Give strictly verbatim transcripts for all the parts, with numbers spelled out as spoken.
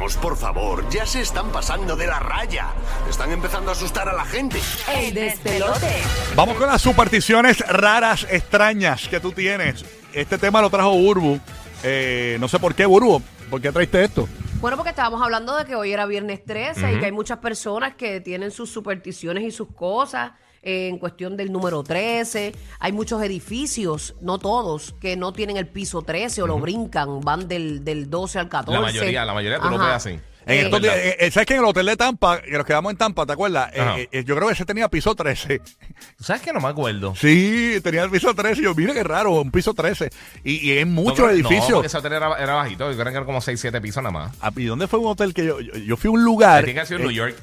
Vamos, por favor, ya se están pasando de la raya. Están empezando a asustar a la gente. ¡El despelote! Vamos con las supersticiones raras, extrañas que tú tienes. Este tema lo trajo Burbu. Eh, no sé por qué, Burbu. ¿Por qué traiste esto? Bueno, porque estábamos hablando de que hoy era viernes trece uh-huh. y que hay muchas personas que tienen sus supersticiones y sus cosas eh, en cuestión del número trece. Hay muchos edificios, no todos, que no tienen el piso trece o uh-huh. lo brincan, van del, del doce al catorce. La mayoría, la mayoría tú lo ves así. En estos días, eh, ¿sabes que en el hotel de Tampa, que nos quedamos en Tampa, ¿te acuerdas? Eh, eh, yo creo que ese tenía piso trece. ¿Sabes que no me acuerdo? Sí, tenía el piso trece. Y yo, mira qué raro, un piso trece. Y, y en muchos no, edificios. No, porque ese hotel era, era bajito. Yo creo que era como seis, siete pisos nada más. ¿Y dónde fue un hotel que yo, yo, yo fui a un lugar? Tiene que ser en eh, New York.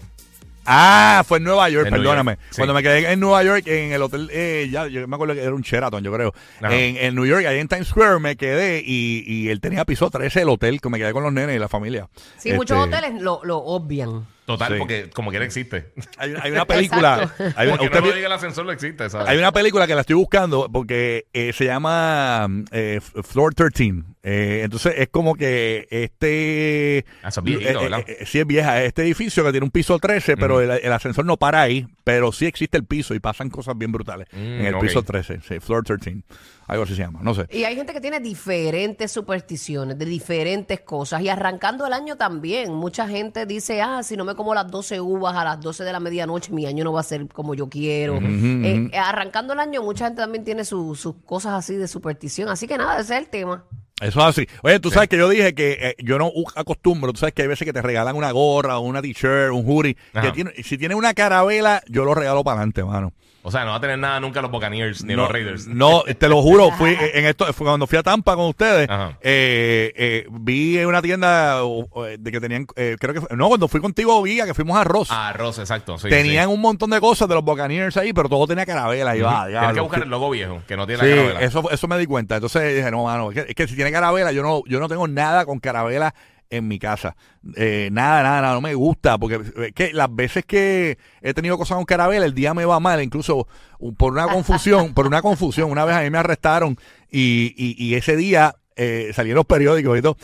Ah, fue en Nueva York, en perdóname. New York, sí. Cuando me quedé en Nueva York, en el hotel, eh, ya, yo me acuerdo que era un Sheraton, yo creo. En, en New York, ahí en Times Square, me quedé y, y él tenía piso trece el hotel, que me quedé con los nenes y la familia. Sí, este, muchos hoteles lo, lo obvian. Total, sí. porque como quiera existe. Hay, hay una película. hay, porque usted, no lo diga el ascensor, no existe, ¿sabes? Hay una película que la estoy buscando porque eh, se llama eh, Floor trece. Eh, entonces es como que este. Ah, eso es viejito, eh, ¿verdad? Eh, eh, sí, es vieja. Este edificio que tiene un piso trece, uh-huh. pero el, el ascensor no para ahí. Pero sí existe el piso y pasan cosas bien brutales mm, en el okay. piso trece. Sí, Floor trece. Algo así se llama, no sé. Y hay gente que tiene diferentes supersticiones de diferentes cosas. Y arrancando el año también. Mucha gente dice, ah, si no me como las doce uvas a las doce de la medianoche, mi año no va a ser como yo quiero. Uh-huh, eh, uh-huh. Arrancando el año, mucha gente también tiene sus su cosas así de superstición. Así que nada, ese es el tema. Eso es así. Oye, tú sí. sabes que yo dije que eh, yo no acostumbro, tú sabes que hay veces que te regalan una gorra, una t-shirt, un hoodie. Que tiene, si tiene una carabela, yo lo regalo para adelante, mano. O sea, no va a tener nada nunca los Buccaneers ni no, los Raiders. No, te lo juro, fui en esto, fue cuando fui a Tampa con ustedes, eh, eh, vi en una tienda de que tenían, eh, creo que, no, cuando fui contigo, vi que fuimos a Ross. A Ross, exacto. Sí, tenían sí. un montón de cosas de los Buccaneers ahí, pero todo tenía carabela. Y uh-huh. va, Tienes que buscar el logo viejo, que no tiene sí, la carabela. Eso, eso me di cuenta. Entonces dije, no, mano, es que, es que si tiene carabela, yo no, yo no tengo nada con carabela en mi casa. Eh, nada, nada, nada, no me gusta, porque es que las veces que he tenido cosas con carabela, el día me va mal, incluso un, por una confusión, por una confusión, una vez a mí me arrestaron y, y, y ese día eh, salí en los periódicos y todo,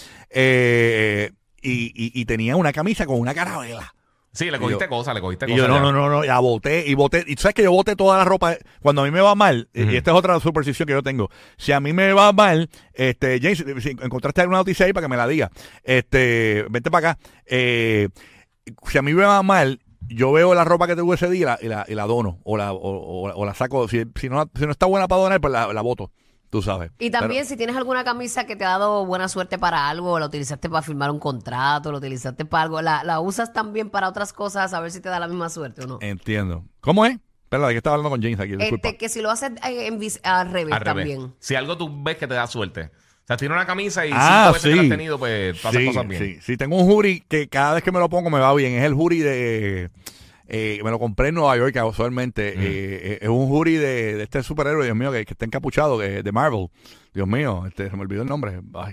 eh, y, y, y tenía una camisa con una carabela. Sí, le cogiste cosas, le cogiste y cosas. Yo, no, no, no, no, ya boté y boté. Y tú sabes que yo boté toda la ropa. Cuando a mí me va mal, uh-huh. y esta es otra superstición que yo tengo. Si a mí me va mal, este, James, si encontraste alguna noticia ahí para que me la diga, este, vente para acá. Eh, si a mí me va mal, yo veo la ropa que tengo ese día y la, y la, y la dono. O la, o, o, o la saco. Si, si, no, si no está buena para donar, pues la, la boto. Tú sabes. Y también pero, si tienes alguna camisa que te ha dado buena suerte para algo, la utilizaste para firmar un contrato, la utilizaste para algo, la, la usas también para otras cosas, a ver si te da la misma suerte o no. Entiendo. ¿Cómo es? Espera, ¿de qué estaba hablando con James aquí? Este, que si lo haces en, en, al revés al también. Revés. Si algo tú ves que te da suerte. O sea, tiene una camisa y ah, cinco veces sí. que la has tenido, pues pasas sí, cosas bien. Sí, sí. Tengo un hoodie que cada vez que me lo pongo me va bien. Es el hoodie de... Eh, me lo compré en Nueva York casualmente. Mm. Eh, es un hoodie de, de este superhéroe, Dios mío, que, que está encapuchado, que de Marvel. Dios mío, este, se me olvidó el nombre. Ay,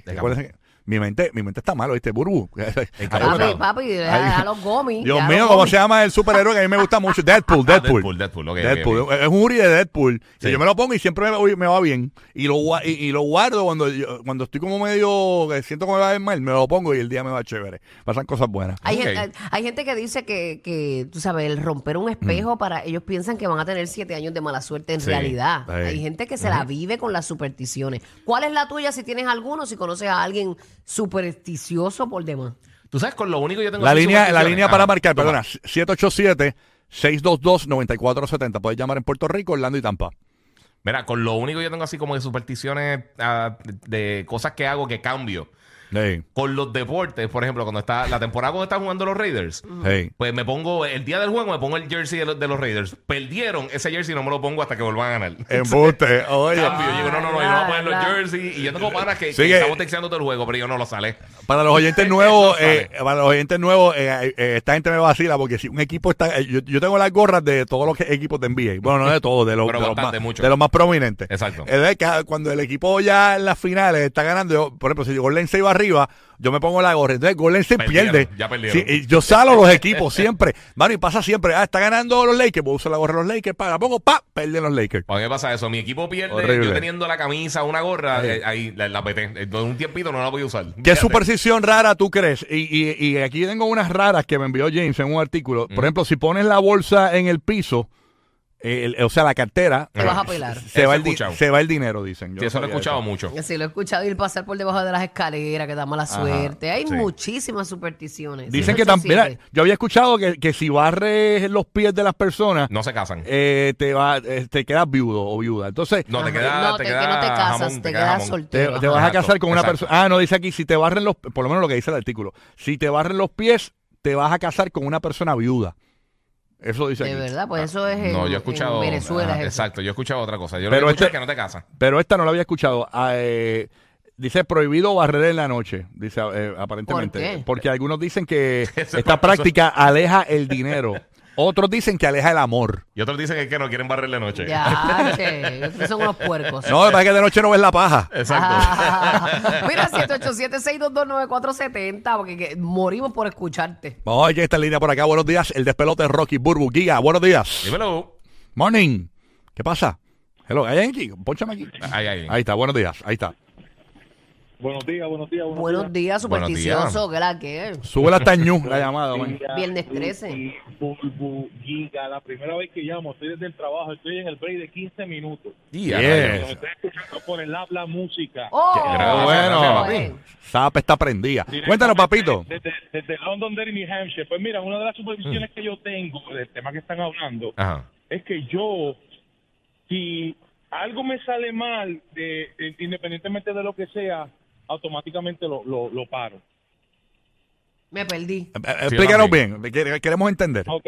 mi mente, mi mente está mal, ¿viste? Burbu. Papi, papi, a, a los gomis. Dios mío, ¿cómo se llama el superhéroe que a mí me gusta mucho? Deadpool, Deadpool. Deadpool, Deadpool, okay, Deadpool. Okay, okay. Es un hoodie de Deadpool. Sí. Y yo me lo pongo y siempre me, me va bien. Y lo, y, y lo guardo cuando, yo, cuando estoy como medio, que siento que me va a ver mal, me lo pongo y el día me va chévere. Pasan cosas buenas. Hay, okay. gente, hay gente que dice que, que, tú sabes, el romper un espejo, mm. para ellos piensan que van a tener siete años de mala suerte. En sí. realidad, sí. hay gente que se uh-huh. la vive con las supersticiones. ¿Cuál es la tuya si tienes alguno, si conoces a alguien supersticioso por demás? Tú sabes, con lo único que yo tengo la línea la línea para ah, marcar, perdona, siete ocho siete, seis dos dos, nueve cuatro siete cero. Puedes llamar en Puerto Rico, Orlando y Tampa. Mira, con lo único que yo tengo así como de supersticiones, uh, de cosas que hago que cambio. Hey. Con los deportes, por ejemplo, cuando está la temporada cuando están jugando los Raiders, hey. pues me pongo, el día del juego me pongo el jersey de los, de los Raiders. Perdieron, ese jersey no me lo pongo hasta que vuelvan a ganar. Embuste, oye. Cambio, yo digo, no, no, no, yo no voy a poner los jerseys. Y yo tengo panas que, que estamos texteando todo el juego, pero yo no lo sale. Para los oyentes nuevos, eh, para los oyentes nuevos, eh, eh, esta gente me vacila porque si un equipo está, eh, yo, yo tengo las gorras de todos los equipos de N B A. Bueno, no de todos, de los, de los, más, de los más prominentes. Exacto. Es de que cuando el equipo ya en las finales está ganando, yo, por ejemplo, si Golden se iba arriba, yo me pongo la gorra. Entonces Golden State Perdieron, pierde. ya perdieron. Sí, y yo salo los equipos siempre. Mano, y pasa siempre. Ah, está ganando los Lakers. Voy a usar la gorra de los Lakers. Para, la pongo, pa, pierden los Lakers. ¿Por qué pasa eso? Mi equipo pierde, Horrible. yo teniendo la camisa, una gorra, Sí. eh, ahí la, la peté. En un tiempito no la voy a usar. ¿Qué Fíjate. superstición rara tú crees? Y, y, y aquí tengo unas raras que me envió James en un artículo. Por ejemplo, si pones la bolsa en el piso, eh, el- o sea, la cartera, Te vas a pelar. se Eso va, he el di- escuchado. se va el dinero, dicen. Yo Sí, no eso lo he sabía escuchado eso. mucho. Sí, lo he escuchado ir pasar por debajo de las escaleras, que da mala suerte. Hay sí. muchísimas supersticiones. Dicen que seis ocho también, mira, siete. yo había escuchado que, que si barres los pies de las personas, No se casan. eh, te va, eh, te quedas viudo o viuda. Entonces, No, te Ajá. queda, No, te te- queda que no te casas, jamón, te queda quedas jamón. soltero. te, Ajá. te vas a Exacto, casar con una exacto. persona. Ah, no, dice aquí, si te barren los, por lo menos lo que dice el artículo, si te barren los pies, te vas a casar con una persona viuda. Eso dice De aquí. verdad, pues eso es en, No, yo he escuchado. en Venezuela. ajá, es eso. exacto, yo he escuchado otra cosa. Yo Pero lo que escucho este- es que no te casan. Pero esta no la había escuchado. Ah, eh, dice prohibido barrer en la noche, dice eh, aparentemente. ¿Por qué? Porque algunos dicen que Eso esta es- práctica aleja el dinero. Otros dicen que aleja el amor. Y otros dicen que, es que no quieren barrer la noche. Ya, che, ustedes son unos puercos. No, es que de noche no ves la paja. Exacto. Ah, mira, siete ocho siete, seis dos dos, nueve cuatro siete cero, porque que morimos por escucharte. Vamos a ver quién está en línea por acá. Buenos días. El despelote de Rocky Burbu. Giga, buenos días. Dímelo. Morning. ¿Qué pasa? Hello, ¿hay alguien aquí? Pónchame aquí. Ahí, ahí. Ahí está, buenos días. Ahí está. Buenos días, buenos días. Buenos, Buenos días, Buenos supersticioso, ¿qué la que es? Sube la tañú, la llamada, man. días. Viernes trece. Y Bulbu, Giga, la primera vez que llamo, estoy desde el trabajo, estoy en el break de quince minutos. Y a Yes. rayos. Nos estoy escuchando por el habla música. ¡Oh! Gracias, bueno. gracias, papi. Zap está prendida. Cuéntanos, papito. Desde, desde Londonderry, New Hampshire. Pues mira, una de las supervisiones que yo tengo del tema que están hablando Ajá. es que yo, si algo me sale mal, de, de- independientemente de lo que sea, automáticamente lo, lo, lo paro. Me perdí. Eh, eh, Explícanos también. bien. Quere- Queremos entender. Ok.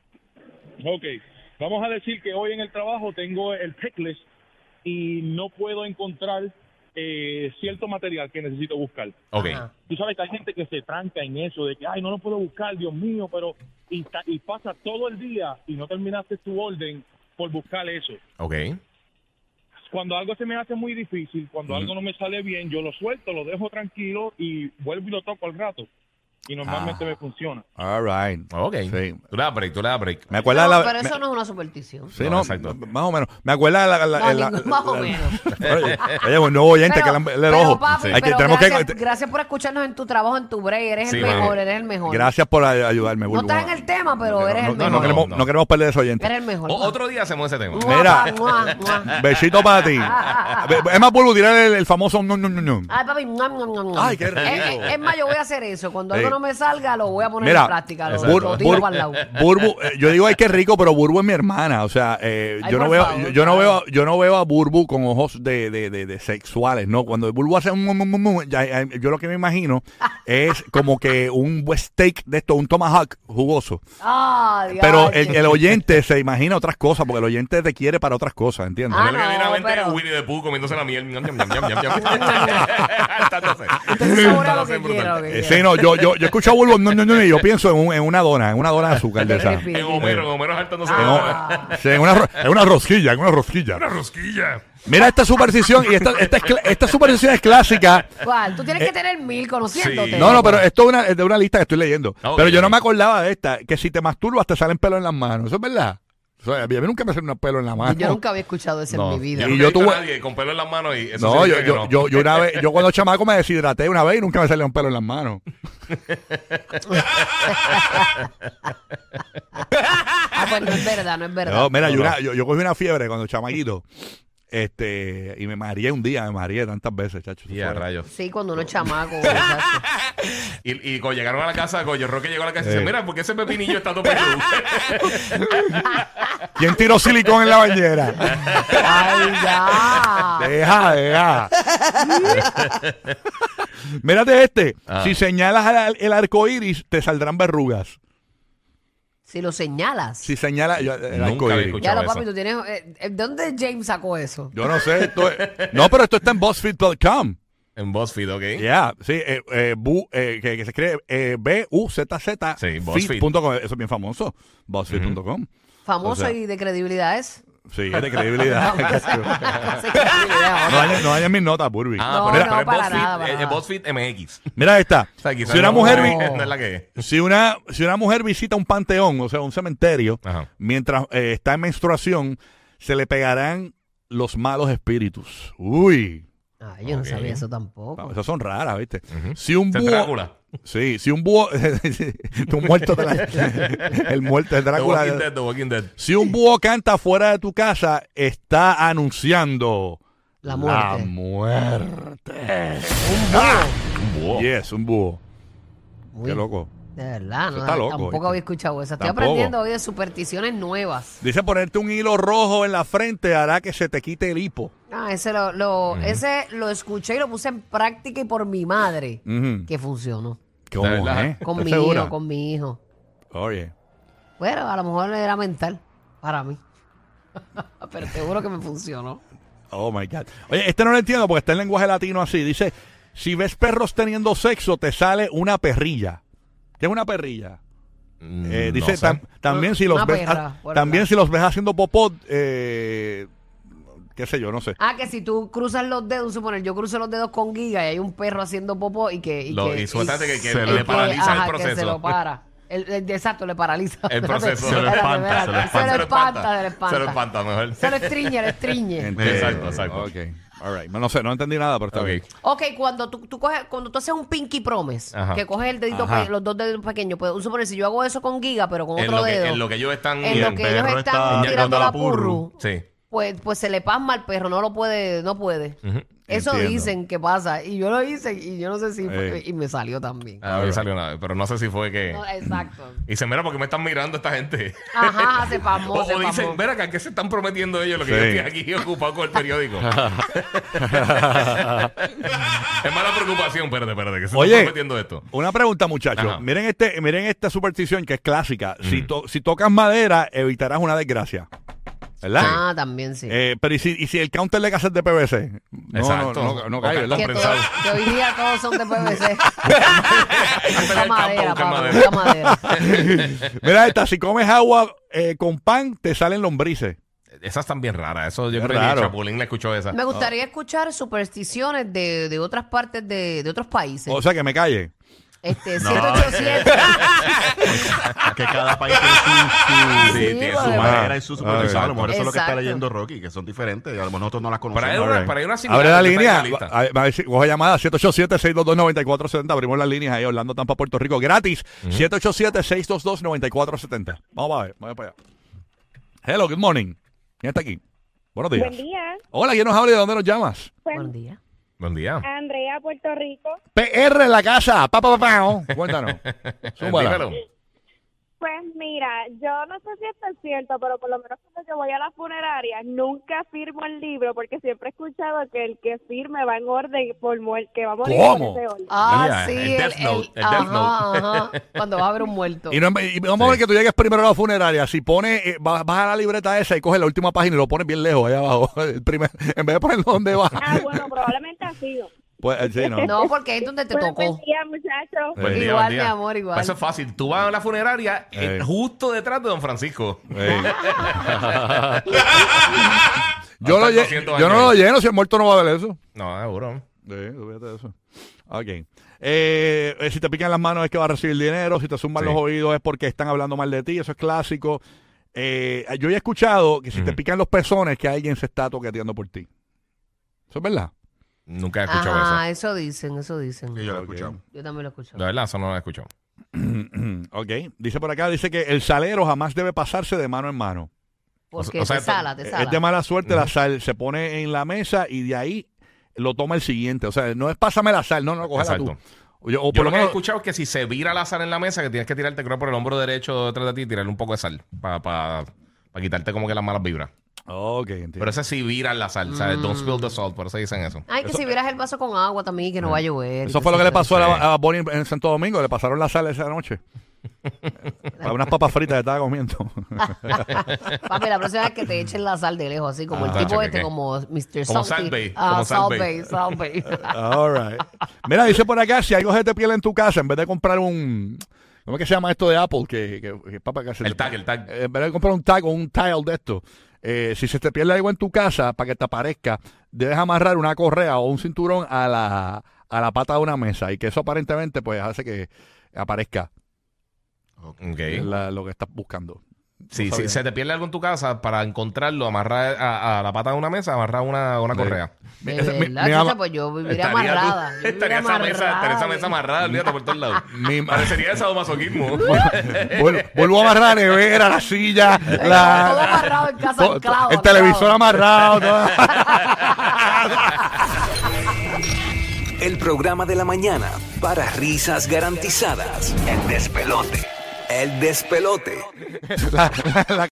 Ok. Vamos a decir que hoy en el trabajo tengo el checklist y no puedo encontrar eh, cierto material que necesito buscar. Ok. Ajá. Tú sabes que hay gente que se tranca en eso, de que, ay, no lo puedo buscar, Dios mío, pero... Y, ta- y pasa todo el día y no terminaste tu orden por buscar eso. Ok. Cuando algo se me hace muy difícil, cuando algo no me sale bien, yo lo suelto, lo dejo tranquilo y vuelvo y lo toco al rato. Y normalmente Ah. me funciona. All right. Ok. Sí. Tú le das break, tú le das break. Me acuerda No, la. pero me- eso no es una superstición. Sí, No, no, exacto. más o menos. Me acuerda la. la, No, la- ningún- más o la- menos. Oye, oye, un nuevo oyente que le han- el pero, ojo. papi, Hay que- pero tenemos gracias, que. gracias por escucharnos en tu trabajo, en tu break. Eres Sí, el mano. mejor, eres el mejor. Gracias por ay- ayudarme, No Bulbu. estás en el tema, pero eres no, el no, mejor. no queremos, No, no. no. queremos perder ese oyente. Eres el mejor. O- otro día hacemos ese tema. Mua, Mira. pa, mua, mua. Besito para ti. Es más, Bulbu, tirar el, el famoso no, no, no, no. Ay, papi. mua, mua, mua, mua. Ay, qué rico. Es, es- es más, yo voy a hacer eso. Cuando Sí. algo no me salga, lo voy a poner Mira, en práctica. Lo, exacto. lo Bur- tiro Bur- para el lado. Burbu, eh, yo digo ay qué rico, pero Burbu es mi hermana, o sea, eh, Ay, yo no por veo, favor, yo, yo no ay. veo, yo no veo a Burbu con ojos de, de, de, de sexuales, no. Cuando Burbu hace un, mu- mu- mu- ya- ya- yo lo que me imagino es como que un buen steak de esto, un tomahawk jugoso. Ah, Pero diache. el, el oyente se imagina otras cosas, porque el oyente te quiere para otras cosas, ¿entiendes? Ah, A mí lo que viene a la mente pero- es Winnie the Pooh comiéndose la miel. Ñam, ñam, ñam, ñam, ñam, ñam. Hartándose. Usted saborea lo que Hartándose quiera, brutal. lo que Eh, quiera. sí, no, yo, yo, yo escucho a Burbu, no, no, no, y yo pienso en, un- en una dona, en una dona de azúcar de esa. Repeat. En Homero, en Homero hartándose. En, Ah. o- sí, en una, ro- en una rosquilla, en una rosquilla. Una rosquilla. Mira esta superstición, y esta, esta, es cl- esta superstición es clásica. ¿Cuál? Tú tienes que tener mil conociéndote. sí. No, no, pero esto es, una, es de una lista que estoy leyendo. Ok, pero yo no ok. me acordaba de esta, que si te masturbas te salen pelos en las manos. ¿Eso es verdad? O sea, a mí nunca me salen pelo en la mano. Yo nunca había escuchado eso No, en mi vida. Yo Y nunca yo he visto tuve- a nadie con pelo en las manos y eso No, yo, significa que yo, no. yo, yo una vez, yo cuando chamaco me deshidraté una vez y nunca me salió un pelo en las manos. Ah, pues no es verdad, no es verdad. No, mira, No, yo, no. una- yo, yo cogí una fiebre cuando chamaquito. Este, y me mareé un día, me mareé tantas veces, chacho. Eso Y a fue- rayos. Sí, cuando uno es chamaco. muchacho. Y, y cuando llegaron a la casa, Coyo Roque llegó a la casa y Sí. dice: Mira, ¿por qué ese pepinillo está todo peludo? ¿Quién tiró silicón en la bañera? Ay, ya. Deja, deja. Mírate este. Ah. Si señalas al- el arco iris, te saldrán verrugas. Si lo señalas. Si señalas yo- el Nunca arco había iris. escuchado. Ya lo, eso. papi, tú tienes. eh, eh, ¿De dónde James sacó eso? Yo no sé. Esto es- no, pero esto está en BuzzFeed punto com. En BuzzFeed, ¿ok? Yeah, sí, eh, eh, bu- eh, que, que se escribe eh, B U Z Z Sí, feed BuzzFeed. punto com. Eso es bien famoso. BuzzFeed punto com. Famoso O sea- y de credibilidad es. Sí, es de credibilidad. Hace credibilidad, no, dañes, no dañes mis notas, Burby. Ah, No, pero, no, pero es para BuzzFeed, nada, para es- es nada. BuzzFeed M X. Mira esta. O sea, quizás Si una no- mujer no, vi- no es la que es. Si una, si una mujer visita un panteón, o sea, un cementerio, Ajá. mientras eh, está en menstruación, se le pegarán los malos espíritus. Uy. Ay, yo no Ok. sabía eso tampoco. Esas son raras, ¿viste? Ujú. Si un Ese es búho... Drácula. Sí, si un búho... tu muerto de la... El muerto de The Drácula. Walking Dead, The Walking Dead. Si un búho canta fuera de tu casa, está anunciando... La muerte. La muerte. Un búho. Un búho. Yes, un búho. Uy, Qué loco. De verdad, Eso no, está loco, tampoco ¿viste? había escuchado eso. Estoy Tampoco. aprendiendo hoy de supersticiones nuevas. Dice ponerte un hilo rojo en la frente hará que se te quite el hipo. Ah, ese lo, lo, ese lo escuché y lo puse en práctica y por mi madre, Ujú. que funcionó. ¿Cómo, De verdad. eh? Con ¿Estás mi segura? hijo, con mi hijo. Oye. Bueno, a lo mejor era mental para mí. Pero seguro que me funcionó. Oh my God. Oye, este no lo entiendo porque está en lenguaje latino así. Dice: si ves perros teniendo sexo, te sale una perrilla. ¿Qué es una perrilla? Mm, Eh, dice no sé. tam- también si los Una ves perra, ah, por también verdad. si los ves haciendo popó, eh, qué sé yo, no sé. Ah, que si tú cruzas los dedos, suponer, yo cruzo los dedos con Giga y hay un perro haciendo popó y que... Y, Lo- que, y suéltate que- que y le que, paraliza el ajá, proceso. Que se lo para. El, el- exacto, le paraliza. El Espérate, proceso. Se lo espérate, espanta, espérate. se lo Se lo espanta, se lo espanta. Se lo espanta mejor. Se lo estriñe, le estriñe. Entiendo. Exacto, exacto. Ok, all right. No sé, no entendí nada, pero está Ok. bien. Ok, cuando tú, tú coges, cuando tú haces un pinky promise, Ajá. que coges el dedito, Ajá. pe- los dos dedos pequeños, pues suponer, si yo hago eso con Giga, pero con En otro lo, que, dedo, en lo que ellos están... en lo el que ellos perro están está tirando ñacando la la purru. purru, Sí. pues, pues se le pasma al perro, no lo puede, no puede. Ujú. Eso Entiendo. dicen que pasa. Y yo lo hice y yo no sé si fue- Eh. y me salió también. A ver, salió nada, pero no sé si fue que... No, exacto. Y dice, mira, ¿por qué me están mirando esta gente? Ajá, se pasmó, O, se o dicen, pasmó. mira, ¿qué se están prometiendo ellos? Lo que Sí. yo estoy aquí ocupado con el periódico. Es mala preocupación, espérate, espérate, que se Oye. están prometiendo esto. Una pregunta, muchachos. Ajá. Miren este, miren esta superstición que es clásica. Si, Mm. to- si tocas madera, evitarás una desgracia. ¿Verdad? Ah, también sí. Eh, pero ¿y si, y si el counter de casa es de P V C? No, Exacto. no, no, no O cae, ¿verdad? que, cartón todo- prensado. que hoy día todos son de P V C. Hay que Busca salir al campo a madera, buscar papá, madera. busca madera. Mira esta, si comes agua eh, con pan, te salen lombrices. Esas están bien raras. Eso yo Es creo que raro. ni Chapulín le escuchó esa. Me gustaría escuchar supersticiones de, de otras partes de, de otros países. O sea, que me calle. Este, No. siete ocho siete. Que cada país tiene su, su, Sí, Sí, tiene porque- su su manera y su superstición. A lo Exacto. mejor eso es lo que está Exacto. leyendo Rocky, que son diferentes. Y a lo mejor nosotros no las Pero conocemos. hay una, Alright. pero hay una similar Abre la que está línea. en la lista. A- a ver si- Coge llamada siete ocho siete, seis dos dos, nueve cuatro siete cero. Abrimos las líneas ahí, Orlando, Tampa, Puerto Rico. Gratis. siete ocho siete, seis dos dos, nueve cuatro siete cero. Vamos a ver. Vamos para allá. Hello, good morning. ¿Quién está aquí? Buenos días. Buen día. Hola, ¿quién nos habla y de dónde nos llamas? Pues, Buen día. Buen día. Andrea, Puerto Rico. P R en la casa. Pa, pa, pa, pa. Cuéntanos. Zúmbala. Dímelo. Pues mira, yo no sé si esto es cierto, pero por lo menos cuando yo voy a la funeraria nunca firmo el libro porque siempre he escuchado que el que firme va en orden por muerte, que va a morir ¿Cómo? con ese orden. Ah, Mira, sí. el Death Note, el Death ajá, ajá. Cuando va a haber un muerto. Y, no- y vamos a ver que tú llegues primero a la funeraria. Si pones, eh, vas, vas a la libreta esa y coges la última página y lo pones bien lejos, ahí abajo. El primer, en vez de ponerlo donde va. Ah, bueno, probablemente ha sido. Pues, eh, sí, no. No, porque es donde te Bueno, tocó. buen día, muchachos. Buen día, Igual, buen día. mi amor, igual. Eso es fácil. Tú vas a la funeraria eh, Eh. justo detrás de Don Francisco. Ey. yo, lo Hasta lle- doscientos yo no años. lo lleno si el muerto no va a ver eso. No, seguro. Sí, olvídate de eso. Ok. Eh, eh, si te pican las manos es que vas a recibir dinero. Si te zumban Sí. los oídos es porque están hablando mal de ti. Eso es clásico. Eh, yo he escuchado que si te Ujú. pican los pezones que alguien se está toqueteando por ti. ¿Eso es verdad? Nunca he escuchado Ajá, eso. eso dicen, eso dicen. Sí, yo lo he Ok. escuchado. Yo también lo he escuchado. De verdad, eso no lo he escuchado. Ok. Dice por acá, dice que el salero jamás debe pasarse de mano en mano. Porque o sea, te sala, te Es sala. de mala suerte, Ujú. la sal se pone en la mesa y de ahí lo toma el siguiente. O sea, no es pásame la sal, no, no, cógela tú. Exacto. O, yo- o Yo por lo lo que he menos, escuchado es que si se vira la sal en la mesa, que tienes que tirarte, creo, por el hombro derecho detrás de ti y tirarle un poco de sal para pa, pa quitarte como que las malas vibras. ok, entiendo. Pero ese sí vira la sal, ¿sabes? Don't spill the salt, por eso dicen eso. Ay, que si vieras el vaso con agua también, que no va a llover. Eso fue lo que le pasó a, Sí. la, a Bonnie en Santo Domingo. Le pasaron la sal esa noche. Para unas papas fritas que estaba comiendo. Papi, la próxima vez que te echen la sal de lejos, así como Ah, el tipo chacho, este, ¿qué? como mister Como Salty. Salt Bae, Ah, como Salt Salt Bae. Bae, Salt Bae. All right. Mira, dice por acá, si algo se te pierde en tu casa, en vez de comprar un... ¿Cómo es que se llama esto de Apple? Que, que, que papá, que se El te- tag, el tag. En vez de comprar un tag o un tile de esto, eh, si se te pierde algo en tu casa, para que te aparezca, debes amarrar una correa o un cinturón a la, a la pata de una mesa y que eso aparentemente pues hace que aparezca Ok. la- lo que estás buscando. Sí, No si sabía. se te pierde algo en tu casa, para encontrarlo, amarrar a, a la pata de una mesa, amarrar una, una correa. De Mi- mi- verdad, mi Chucha, ama- pues yo viviría Estaría tú- amarrada. Yo viviría Estaría esa mesa, estaría esa amarrada. mesa amarrada, olvídate por todos lados. Mi- Parecería sadomasoquismo. Vuelvo, vuelvo a amarrar la nevera, la silla, todo la, amarrado en casa, todo- anclado, el anclado. televisor amarrado. todo. El programa de la mañana para risas garantizadas. El despelote. El despelote. La- la- la